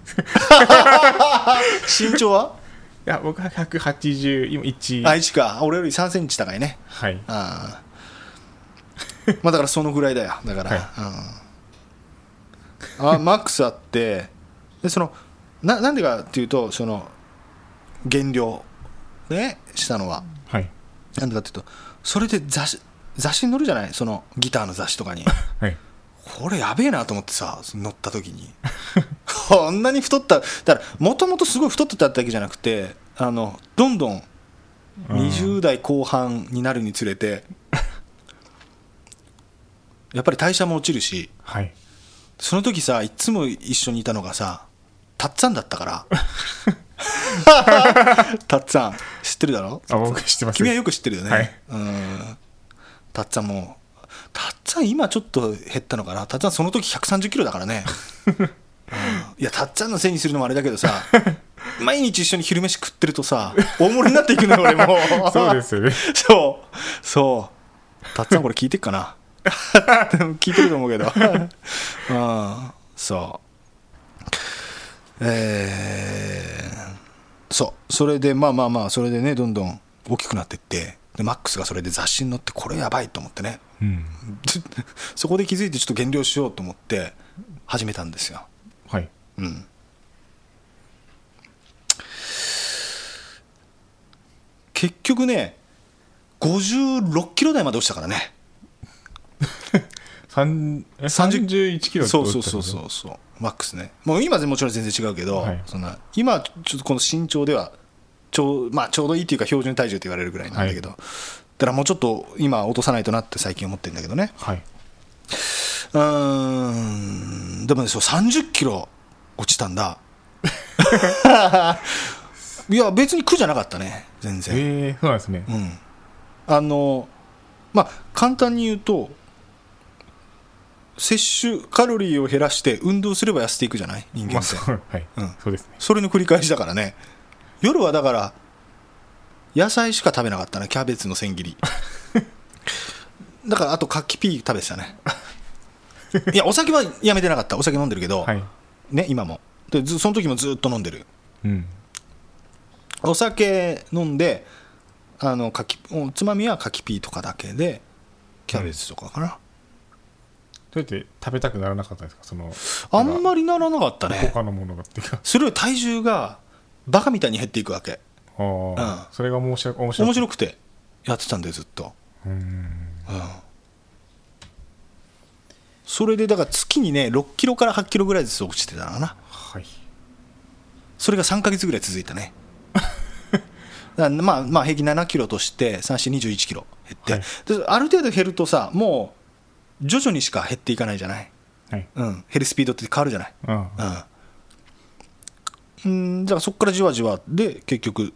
身長はいや僕は180、今1。 1か。俺より3センチ高いね。 はい。 まあだからそのぐらいだよ。だから、マックスあってでなんでかっていうとその減量ねしたのは、 はい、 なんでかっていうとそれで雑誌に載るじゃない、そのギターの雑誌とかに、 はい、 これやべえなと思ってさ、乗った時にこんなに太った。だからもともとすごい太ってただけじゃなくてどんどん20代後半になるにつれてやっぱり代謝も落ちるし、 はい、 その時さいつも一緒にいたのがさタッツァンだったからタッツァン知ってるだろ。 僕知ってます。 君はよく知ってるよね、 はい、 タッツァンもタッツァン今ちょっと減ったのかな。タッツァンその時130キロだからねいやタッツァンのせいにするのもあれだけどさ毎日一緒に昼飯食ってるとさ大盛りになっていくのよ俺もそうですよね。 そうタッツァンこれ聞いてっかな聞いてると思うけどそうそれでまあそれでねどんどん大きくなっていって、でマックスがそれで雑誌に載ってこれやばいと思ってね、そこで気づいてちょっと減量しようと思って始めたんですよ。 はい、 結局ね56キロ台まで落ちたからね 31キロってそうマックスね。もう今もちろん全然違うけど、今ちょっとこの身長ではちょうどいいっていうか標準体重って言われるぐらいなんだけど、だからもうちょっと今落とさないとなって最近思ってるんだけどね。でもね30キロ落ちたんだいや別に苦じゃなかったね全然。 そうなんですね。 簡単に言うと摂取カロリーを減らして運動すれば痩せていくじゃない人間って、 そうですね。 それの繰り返しだからね。夜はだから野菜しか食べなかったね。キャベツの千切りだからあと柿ピー食べてたねいやお酒はやめてなかった。お酒飲んでるけど、ね今もでその時もずっと飲んでる、お酒飲んでおつまみは柿ピーとかだけでキャベツとかかな、 どうやって食べたくならなかったですか。 あんまりならなかったね。 他のものがっていうかそれより体重がバカみたいに減っていくわけ。 それが面白くてやってたんでずっと。それでだから月にね6キロから8キロぐらいずつ落ちてたかな。それが3ヶ月ぐらい続いたねだからまあ平均7キロとして3×4=21キロ減って、である程度減るとさもう徐々にしか減っていかないじゃない、減るスピードって変わるじゃない、だからそこからじわじわで結局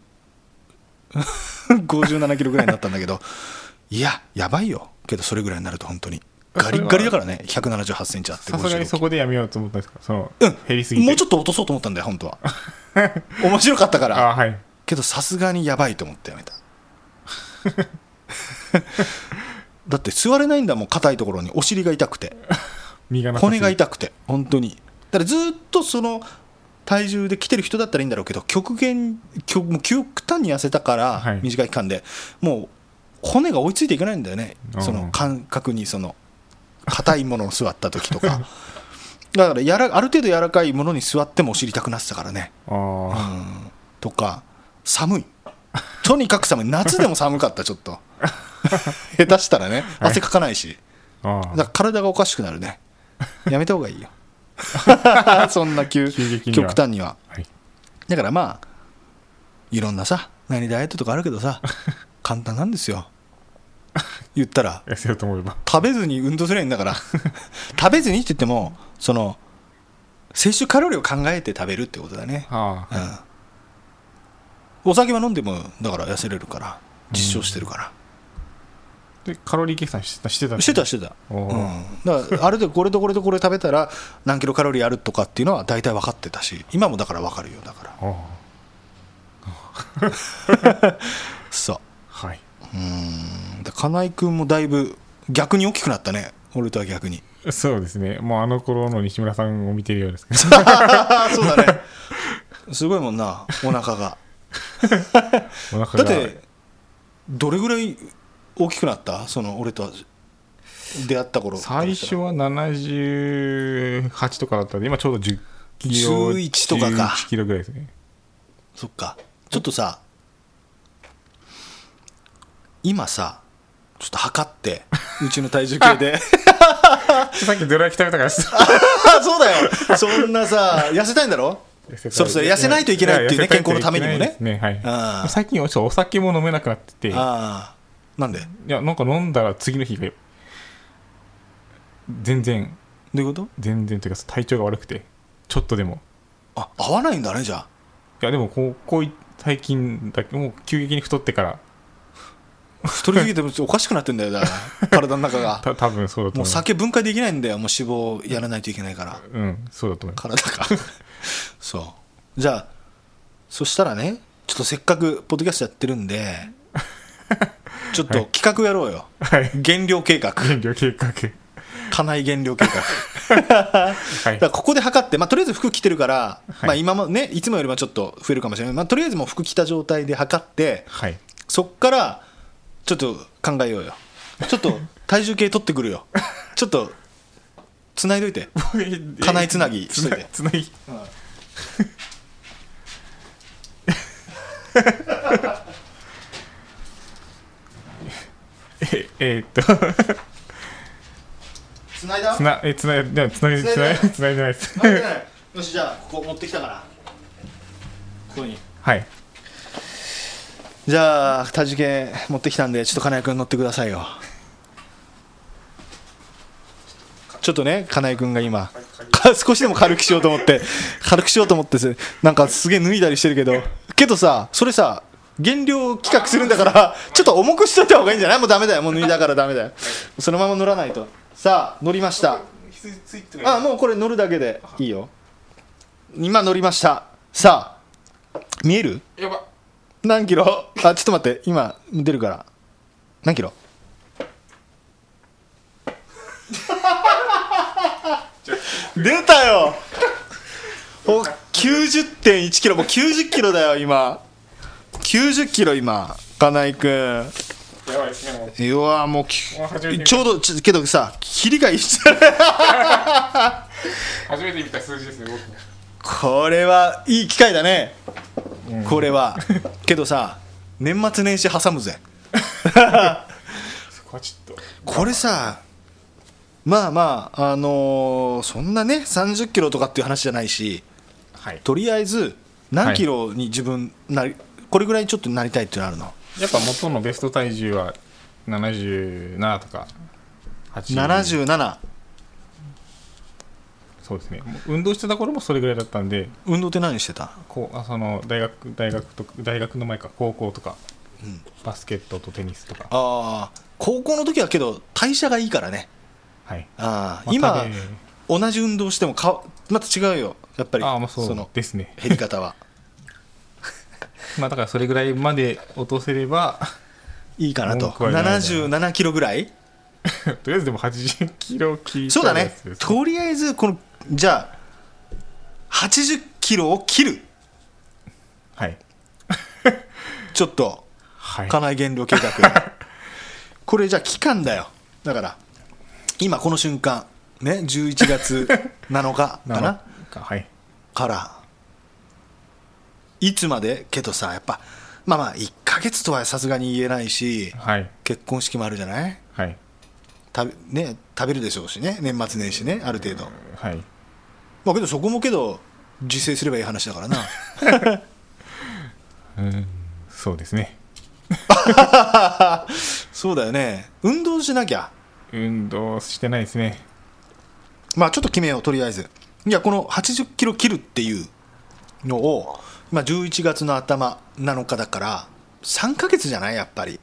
57キロぐらいになったんだけどいややばいよけどそれぐらいになると本当にガリガリだからね。178センチあってさすがにそこでやめようと思ったんですか。減りすぎてもうちょっと落とそうと思ったんだよ本当は面白かったからけどさすがにやばいと思ってやめただって座れないんだもん。硬いところにお尻が痛くて骨が痛くて本当に。だからずっとその体重で来てる人だったらいいんだろうけど極端に痩せたから短い期間でもう骨が追いついていかないんだよね。その感覚にその硬いものを座った時とかだからある程度柔らかいものに座ってもお尻痛くなってたからね。とか寒い、とにかく寒い、夏でも寒かったちょっと下手したらね汗かかないし、だから体がおかしくなるね。やめた方がいいよそんな極端には、はい、だからまあいろんなさ何ダイエットとかあるけどさ簡単なんですよ言ったら。 痩せようと思えば食べずに運動すればいいんだから食べずにって言ってもその摂取カロリーを考えて食べるってことだね、お酒は飲んでもだから痩せれるから実証してるから、 でカロリー計算してた、 だからある程度これとこれとこれ食べたら何キロカロリーあるとかっていうのは大体分かってたし、今もだから分かるよ。だからそう、 はい、 金井君もだいぶ逆に大きくなったね、俺とは逆に。 そうですね、もうあの頃の西村さんを見てるようですけどそうだね、すごいもんなお腹がだってどれぐらい大きくなった？その俺と出会った頃。 最初は78とかだったんで、今ちょうど10キロ 11とかか 11キロぐらいですね。 そっか、ちょっとさ今さちょっと測ってうちの体重計でさっきどら焼き食べたからそうだよ、そんなさ痩せたいんだろ。そう痩せないといけないっていうね、健康のためにもね。最近お酒も飲めなくなってて。なんで？ いやなんか飲んだら次の日が全然。 どういうこと？ 全然というか体調が悪くてちょっとでも。 合わないんだねじゃあ。 いやでも最近だけもう急激に太ってから。 太りすぎてもおかしくなってんだよ、だから体の中が多分そうだと思う。 もう酒分解できないんだよ、もう脂肪やらないといけないから。 そうだと思う。 体がそうじゃあそしたらね、ちょっとせっかくポッドキャストやってるんでちょっと企画やろうよ、はい、減量計画金井減量計画だからここで測って、とりあえず服着てるから、今もねいつもよりはちょっと増えるかもしれない、とりあえずもう服着た状態で測って、そっからちょっと考えようよ。ちょっと体重計取ってくるよちょっとつないどいて金井つなぎしといてつなぎつないだ？ つないでないです。 よし、じゃあここ持ってきたからここに。 はい。 じゃあ体重計持ってきたんでちょっと金井君乗ってくださいよ。ちょっとね金井君が今少しでも軽くしようと思ってなんかすげえ脱いだりしてるけどさ、それさ減量企画するんだからちょっと重くしといた方がいいんじゃない？もうダメだよ、もう脱いだからダメだよ、そのまま乗らないと。さあ乗りました。もうこれ乗るだけでいいよ。今乗りました。さあ見える？ やば、 何キロ？ちょっと待って、今出るから。何キロ？出たよ90.1 キロ、もう90キロだよ今。90キロ今、金井くん。 やばいですね、もう。 いやもうちょうどけどさ、キリがいい初めて見た数字ですね、僕も。 これはいい機会だね、これは。けどさ、年末年始挟むぜそこはちょっとこれさ、そんなね30キロとかっていう話じゃないし、とりあえず何キロに自分これぐらいちょっとなりたいっていうのあるの？ やっぱ元のベスト体重は77とか 77。 そうですね、運動してた頃もそれぐらいだったんで。 運動って何してた？ その大学の前か、高校とか、バスケットとテニスとか。 高校の時はけど代謝がいいからね。今同じ運動してもまた違うよやっぱり。 そうですね、 減り方はだからそれぐらいまで落とせればいいかなと。77キロぐらいとりあえずでも80キロ切った。 そうだね、とりあえずじゃあ80キロを切る。ちょっと、金井減量計画これじゃあ期間だよ。だから今この瞬間ね、11月7日かなはいからいつまでけどさ、やっぱまあまあ1ヶ月とはさすがに言えないし、 はい結婚式もあるじゃない、 はい食べるでしょうしね、年末年始ね、ある程度。 はいまあけどそこもけど自制すればいい話だからなそうですね。 そうだよね、運動しなきゃ。 運動してないですね。 まあちょっと決めよう、とりあえず。いや、この80キロ切るっていうのを今11月の頭7日だから3ヶ月じゃない、やっぱり。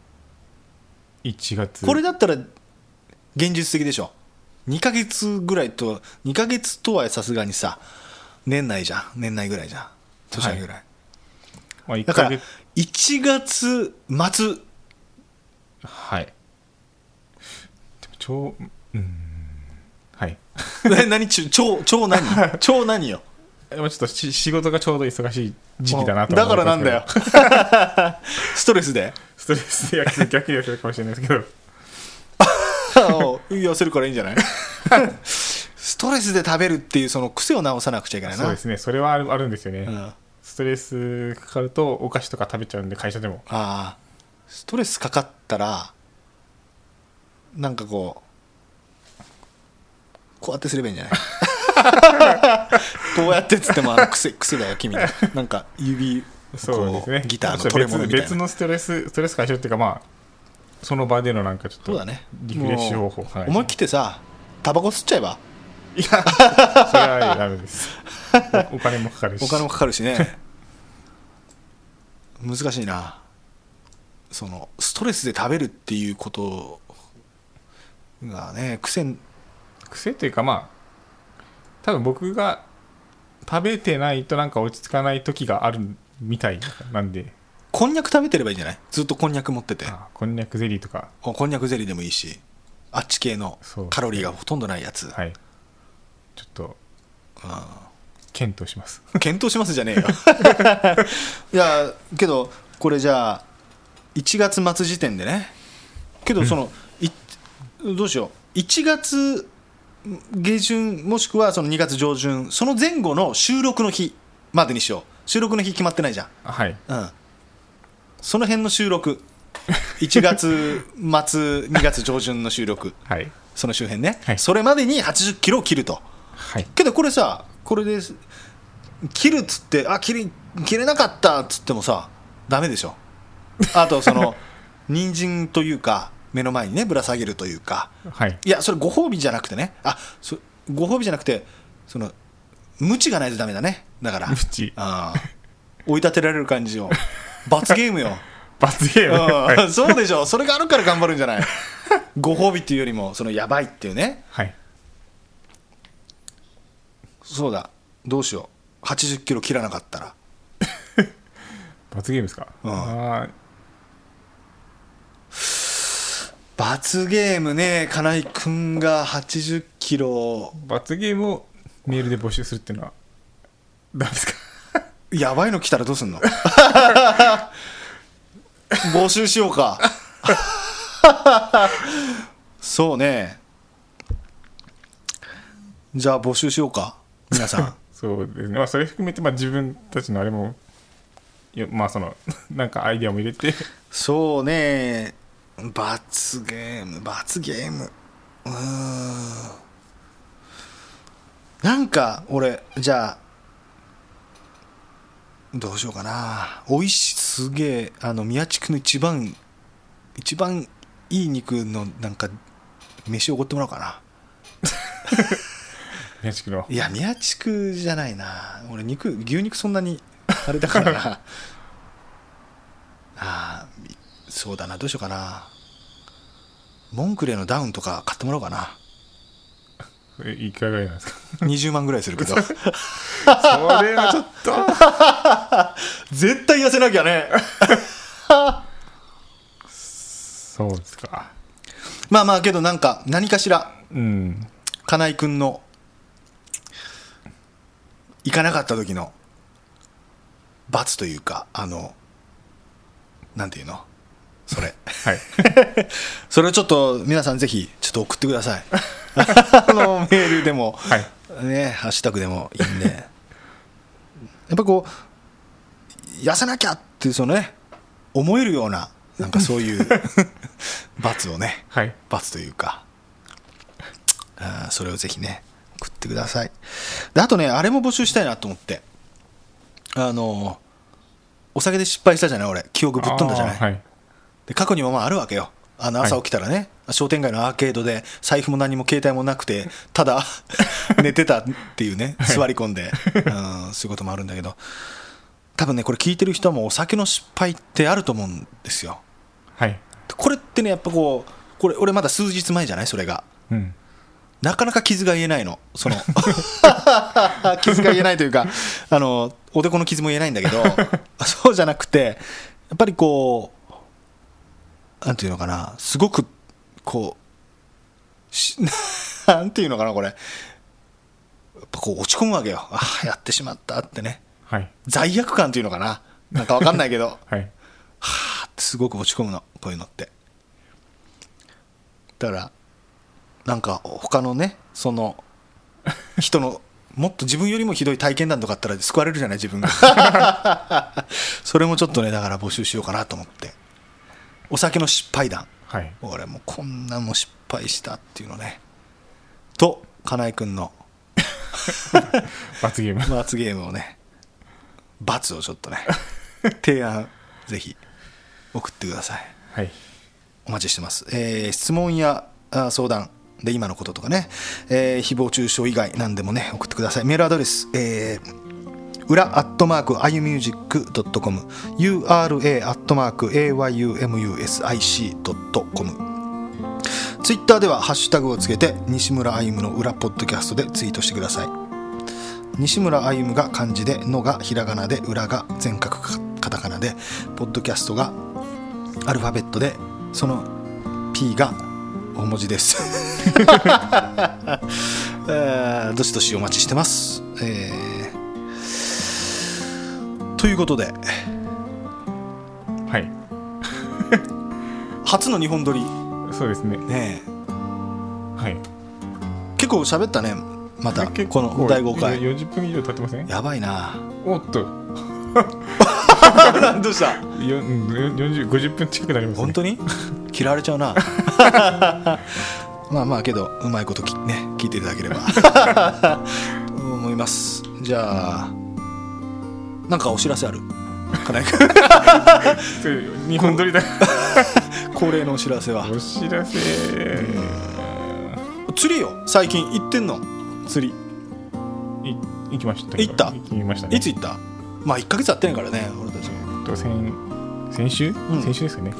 1月これだったら現実的でしょ。2ヶ月ぐらいと、2ヶ月とはさすがにさ、年内じゃん、年内ぐらいじゃん、年明けぐらい、 まあ、1 だからヶ月 1月末はいでもはい何超何超何よでもちょっと仕事がちょうど忙しい時期だなとだ思からなんだよストレスでストレスで逆にやってるかもしれないですけど痩せるからいいんじゃないストレスで食べるっていうその癖を直さなくちゃいけないな。 そうですね、それはあるんですよね、 うん、 ストレスかかるとお菓子とか食べちゃうんで、会社でも。 ああ、ストレスかかったらなんかこうやってすればいいんじゃないこうやってっつっても癖だよ君なんか指そうですね、 ギターのトレモロみたいな別のストレス解消っていうか、まあその場でのなんかちょっとそうだね、 リフレッシュ方法、 思い切ってさタバコ吸っちゃえば。 いやそれはダメですお金もかかるし。 お金もかかるしね難しいな、そのストレスで食べるっていうことがね、癖というか、まあ多分僕が食べてないとなんか落ち着かない時があるみたいなんで。 こんにゃく食べてればいいんじゃない、ずっとこんにゃく持ってて。 こんにゃくゼリーとか、 こんにゃくゼリーでもいいし、あっち系のカロリーがほとんどないやつ、 はい、ちょっと検討します。 検討しますじゃねえよいやけどこれじゃあ1月末時点でね、けどその、どうしよう、1月下旬もしくはその2月上旬、その前後の収録の日までにしよう。収録の日決まってないじゃん。 はい、 うん、その辺の収録1月末2月上旬の収録、 はい、 その周辺ね、 はい、 それまでに80キロを切ると、 はい、 けどこれさ、これで切るっつって切れなかったっつってもさダメでしょ。あとその人参というか目の前にねぶら下げるというか、 はい、 いやそれご褒美じゃなくてね、ご褒美じゃなくてその無知がないとダメだね。だから無知、 追い立てられる感じを罰ゲームよ罰ゲーム、 はい、そうでしょ、それがあるから頑張るんじゃないご褒美っていうよりもそのやばいっていうね。 はい、 そうだ、どうしよう、80キロ切らなかったら罰ゲームですか。 罰ゲームね、金井君が80キロ罰ゲームをメールで募集するっていうのはダメですか。 やばいの来たらどうすんの募集しようかそうね、じゃあ募集しようか皆さんそうですね、まあ、それ含めて、まあ、自分たちのあれもまあそのなんかアイデアも入れてそうね、罰ゲームなんか俺じゃあどうしようかな、すげえ宮地区の一番いい肉のなんか飯おごってもらおうかな宮地区の、 いや宮地区じゃないな、俺牛肉そんなにあれだからなそうだな、どうしようかな、モンクレーのダウンとか買ってもらおうかな。 いかがなんですか 20万ぐらいするけどそれはちょっと絶対痩せなきゃねそうですか。 まあけど何かしら、金井君の行かなかった時の罰というか、なんていうのそれ、 はいそれをちょっと皆さんぜひちょっと送ってくださいメールでも、 はいね、ハッシュタグでもいいんでやっぱこう痩せなきゃっていうそのね思えるようななんかそういう罰をね、 はい、 罰というかそれをぜひね送ってください。であとねあれも募集したいなと思って、お酒で失敗したじゃない俺、記憶ぶっ飛んだじゃない、 はい、 で過去にもまああるわけよ。朝起きたらね、商店街のアーケードで財布も何も携帯もなくてただ寝てたっていうね、座り込んで、そういうこともあるんだけど、多分ねこれ聞いてる人はもうお酒の失敗ってあると思うんですよ。 はい、 これってねやっぱこれ俺まだ数日前じゃないそれが、なかなか傷が言えないの傷が言えないというかおでこの傷も言えないんだけどそうじゃなくてやっぱりこうなんていうのかな、すごくこうなんていうのかなこれやっぱこう落ち込むわけよ。やってしまったってね、 はい、 罪悪感っていうのかな、なんか分かんないけど、 はい、 ってすごく落ち込むのこういうのって。だからなんか他のねその人のもっと自分よりもひどい体験談とかあったら救われるじゃない自分がそれもちょっとねだから募集しようかなと思って、お酒の失敗談、はい、俺もこんなも失敗したっていうのねと金井くんの罰ゲームをね罰をちょっとね提案ぜひ送ってください、 はい、 お待ちしてます。質問や相談で今のこととかね、誹謗中傷以外何でもね送ってください。メールアドレス、裏@ayumusic.com ura@ayumusic.com ツイッターではハッシュタグをつけて西村歩夢の裏ポッドキャストでツイートしてください。西村歩夢が漢字で、のがひらがなで、裏が全角カタカナで、ポッドキャストがアルファベットで、その P が大文字ですどしどしお待ちしてます、ということで、 はい初の日本撮り。 そうですね。 ねえ、 はい。 結構喋ったね。またこの第5回 40分以上経ってません？ やばいな。 おっとどうした 50分近くなりますね。 本当に嫌われちゃうなまあまあけどうまいことね聞いていただければと思います。じゃあなんかお知らせある？金井君日本撮りだ恒例のお知らせは。 お知らせ、 釣りよ。最近行ってんの？釣り行きました。 行ったね。 いつ行った？まあ1ヶ月会ってないからね俺たち先週、先週ですかね。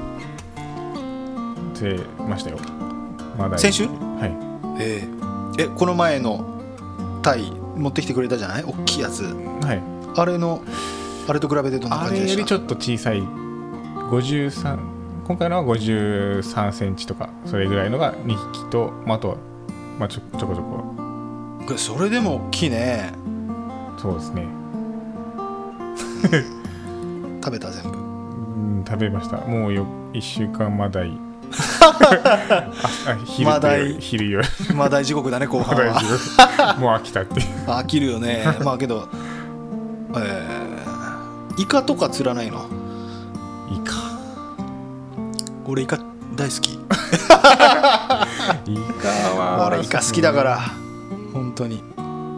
釣れましたよ。まだ先週？ はい。 この前のタイ持ってきてくれたじゃない？大きいやつ。 はい。 あれと比べてどんな感じでした？ あれよりちょっと小さい53、今回のは53センチとかそれぐらいのが2匹と、あとは、ちょこちょこ。 それでも大きいね。 そうですね食べた全部？ 食べました。もう1週間まだい昼よまだ地獄だね後半はもう飽きたっていう飽きるよねまあけど、イカとか釣らないの？ イカ、 俺イカ大好きイカは俺イカ好きだから本当に。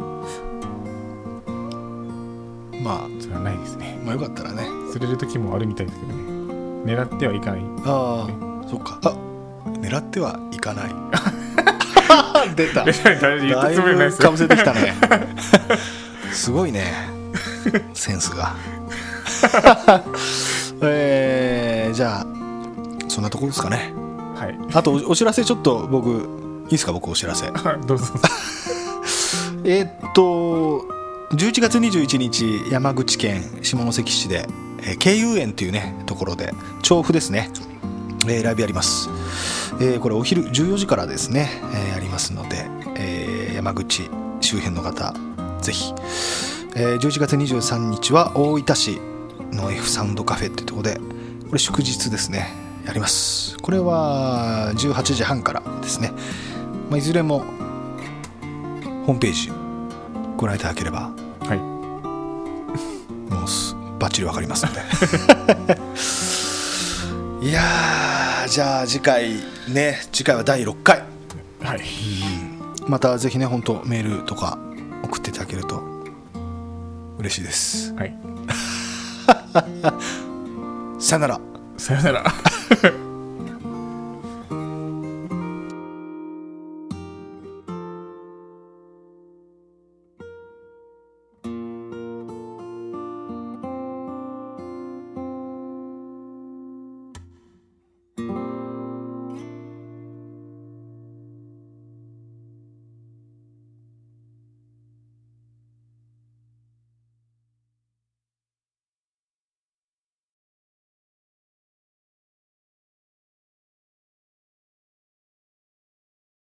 まあ釣らないですね。 まあよかったらね。 釣れる時もあるみたいですけどね。狙ってはいかない。 ああ、そっか。狙ってはいかない出た。だいぶかぶせてきたねすごいねセンスがじゃあそんなところですかね。 はい。 あとお知らせちょっと僕いいですか？僕お知らせどうぞ 11月21日山口県下関市で慶遊園というねところで調布ですね、ライブやります。これお昼14時からですね、やりますので、山口周辺の方ぜひ、11月23日は大分市の F サウンドカフェっていうところでこれ祝日ですねやります。これは18時半からですね。 いずれもホームページご覧いただければ、 はい、 もうバッチリわかりますのでいやー、じゃあ次回は第6回、 はい、 またぜひね、本当メールとか送っていただけると嬉しいです。 はい、 さよなら。 さよなら。